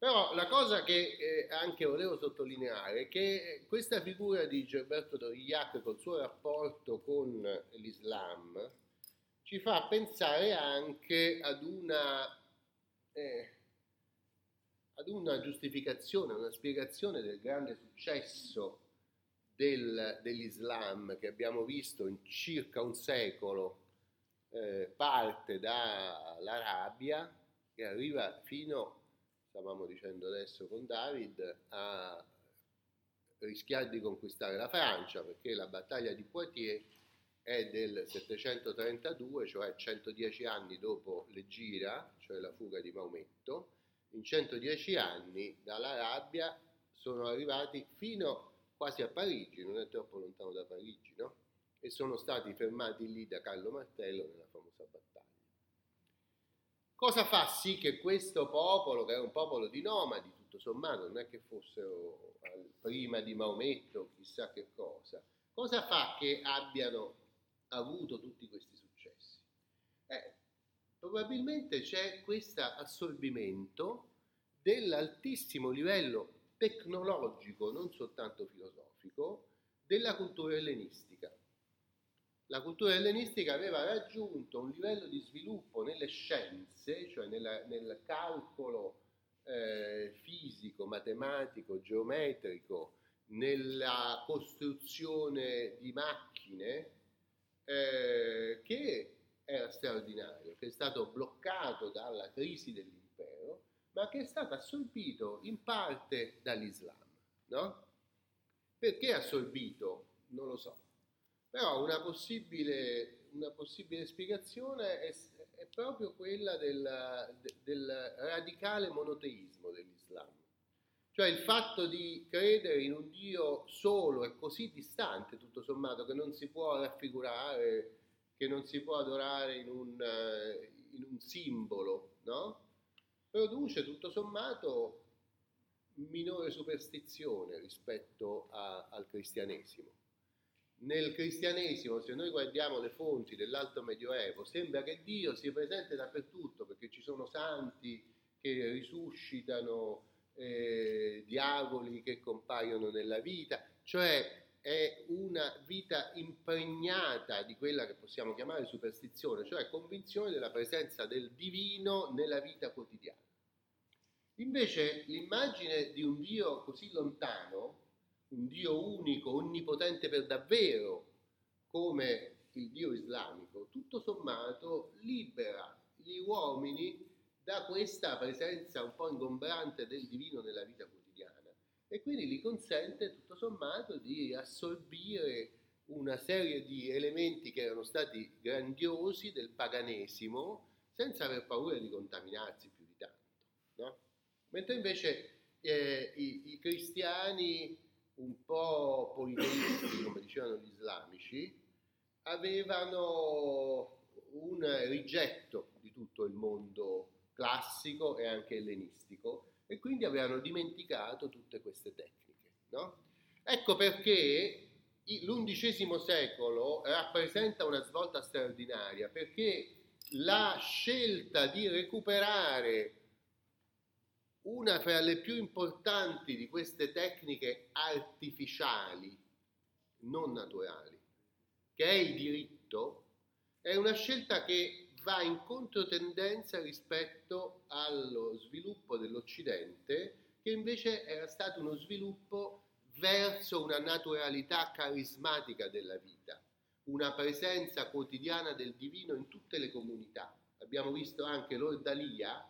Però la cosa che anche volevo sottolineare è che questa figura di Gerberto Dorigliac col suo rapporto con l'Islam ci fa pensare anche eh, ad una giustificazione, una spiegazione del grande successo dell'Islam che abbiamo visto in circa un secolo, parte dall'Arabia e arriva fino, stavamo dicendo adesso con David, a rischiare di conquistare la Francia, perché la battaglia di Poitiers è del 732, cioè 110 anni dopo l'Egira, cioè la fuga di Maometto. In 110 anni dall'Arabia sono arrivati fino quasi a Parigi, non è troppo lontano da Parigi, no? E sono stati fermati lì da Carlo Martello nella famosa battaglia. Cosa fa sì che questo popolo, che era un popolo di nomadi, tutto sommato, non è che fossero prima di Maometto chissà che cosa fa che abbiano avuto tutti questi successi? Probabilmente c'è questo assorbimento dell'altissimo livello tecnologico, non soltanto filosofico, della cultura ellenistica. La cultura ellenistica aveva raggiunto un livello di sviluppo nelle scienze, cioè nel calcolo fisico, matematico, geometrico, nella costruzione di macchine, che era straordinario, che è stato bloccato dalla crisi dell'impero, ma che è stato assorbito in parte dall'Islam, no? Perché assorbito? Non lo so. Però una possibile spiegazione è proprio quella del radicale monoteismo dell'Islam. Cioè il fatto di credere in un Dio solo e così distante, tutto sommato, che non si può raffigurare, che non si può adorare in un simbolo, no? Produce tutto sommato minore superstizione rispetto al cristianesimo. Nel cristianesimo, se noi guardiamo le fonti dell'Alto Medioevo, sembra che Dio sia presente dappertutto, perché ci sono santi che risuscitano, diavoli che compaiono nella vita, cioè è una vita impregnata di quella che possiamo chiamare superstizione, cioè convinzione della presenza del divino nella vita quotidiana. Invece l'immagine di un Dio così lontano, un Dio unico, onnipotente per davvero, come il Dio islamico, tutto sommato libera gli uomini da questa presenza un po' ingombrante del divino nella vita quotidiana e quindi gli consente tutto sommato di assorbire una serie di elementi che erano stati grandiosi del paganesimo senza aver paura di contaminarsi più di tanto, no? Mentre invece i cristiani un po' politeisti, come dicevano gli islamici, avevano un rigetto di tutto il mondo classico e anche ellenistico e quindi avevano dimenticato tutte queste tecniche, no? Ecco perché l'undicesimo secolo rappresenta una svolta straordinaria, perché la scelta di recuperare una fra le più importanti di queste tecniche artificiali, non naturali, che è il diritto, è una scelta che va in controtendenza rispetto allo sviluppo dell'Occidente, che invece era stato uno sviluppo verso una naturalità carismatica della vita, una presenza quotidiana del divino in tutte le comunità. Abbiamo visto anche l'ordalia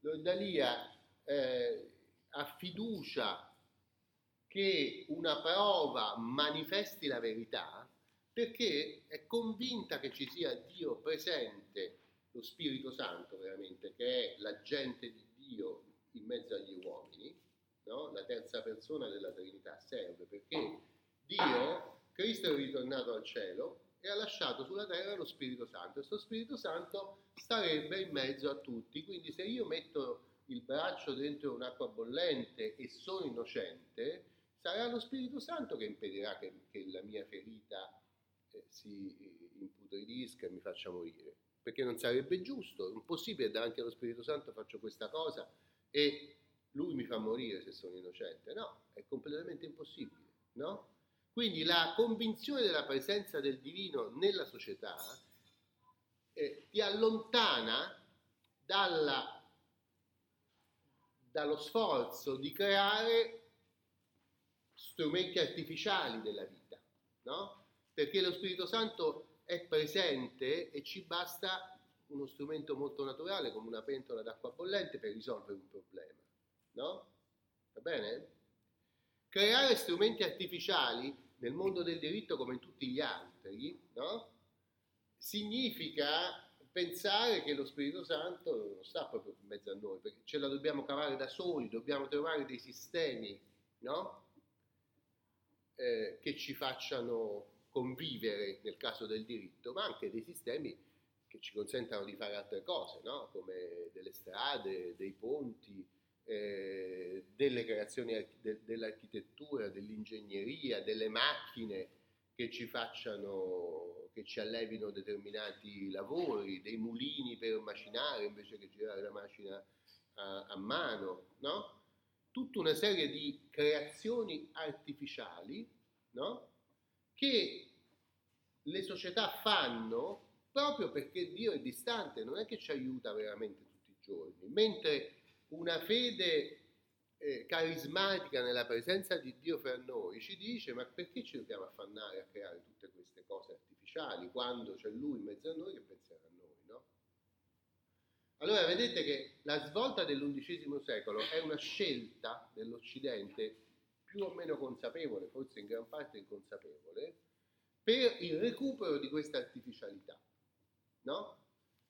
ha fiducia che una prova manifesti la verità perché è convinta che ci sia Dio presente, lo Spirito Santo veramente, che è l'agente di Dio in mezzo agli uomini, no? La terza persona della Trinità serve perché Dio, Cristo è ritornato al cielo e ha lasciato sulla terra lo Spirito Santo e questo Spirito Santo starebbe in mezzo a tutti, quindi se io metto il braccio dentro un'acqua bollente e sono innocente, sarà lo Spirito Santo che impedirà che la mia ferita si imputridisca e mi faccia morire, perché non sarebbe giusto, è impossibile davanti allo Spirito Santo faccio questa cosa e lui mi fa morire se sono innocente. No, è completamente impossibile, no? Quindi la convinzione della presenza del divino nella società ti allontana dallo sforzo di creare strumenti artificiali della vita, no? Perché lo Spirito Santo è presente e ci basta uno strumento molto naturale come una pentola d'acqua bollente per risolvere un problema, no? Va bene? Creare strumenti artificiali nel mondo del diritto come in tutti gli altri, no? Significa pensare che lo Spirito Santo non sta proprio in mezzo a noi, perché ce la dobbiamo cavare da soli, dobbiamo trovare dei sistemi, no? Che ci facciano convivere nel caso del diritto, ma anche dei sistemi che ci consentano di fare altre cose, no? Come delle strade, dei ponti, delle creazioni dell'architettura, dell'ingegneria, delle macchine che ci facciano, che ci allevino determinati lavori, dei mulini per macinare invece che girare la macchina a mano, no? Tutta una serie di creazioni artificiali, no? Che le società fanno proprio perché Dio è distante, non è che ci aiuta veramente tutti i giorni, mentre una fede carismatica nella presenza di Dio fra noi ci dice: ma perché ci dobbiamo affannare a creare tutte queste cose artificiali quando c'è Lui in mezzo a noi che penserà a noi, no? Allora vedete che la svolta dell'undicesimo secolo è una scelta dell'Occidente più o meno consapevole, forse in gran parte inconsapevole, per il recupero di questa artificialità, no?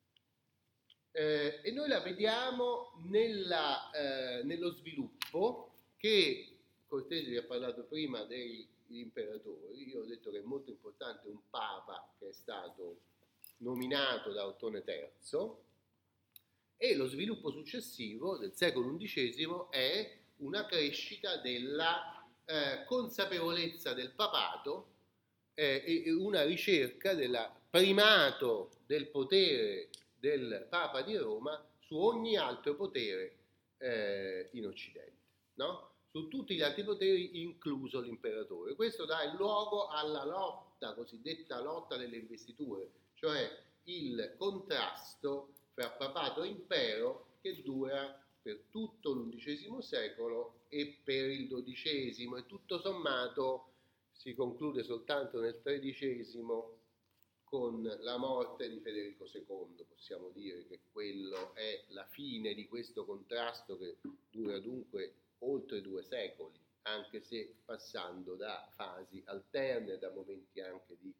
E noi la vediamo nello sviluppo che Cortesi vi ha parlato prima degli imperatori. Io ho detto che è molto importante un papa che è stato nominato da Ottone III, e lo sviluppo successivo del secolo XI è una crescita della consapevolezza del papato e una ricerca del primato del potere del Papa di Roma su ogni altro potere in Occidente, no? Su tutti gli altri poteri, incluso l'imperatore. Questo dà il luogo alla lotta, cosiddetta lotta delle investiture, cioè il contrasto fra papato e impero che dura per tutto l'undicesimo secolo e per il XII, e tutto sommato si conclude soltanto nel XIII con la morte di Federico II. Possiamo dire che quello è la fine di questo contrasto che dura dunque oltre 2 secoli, anche se passando da fasi alterne, da momenti anche di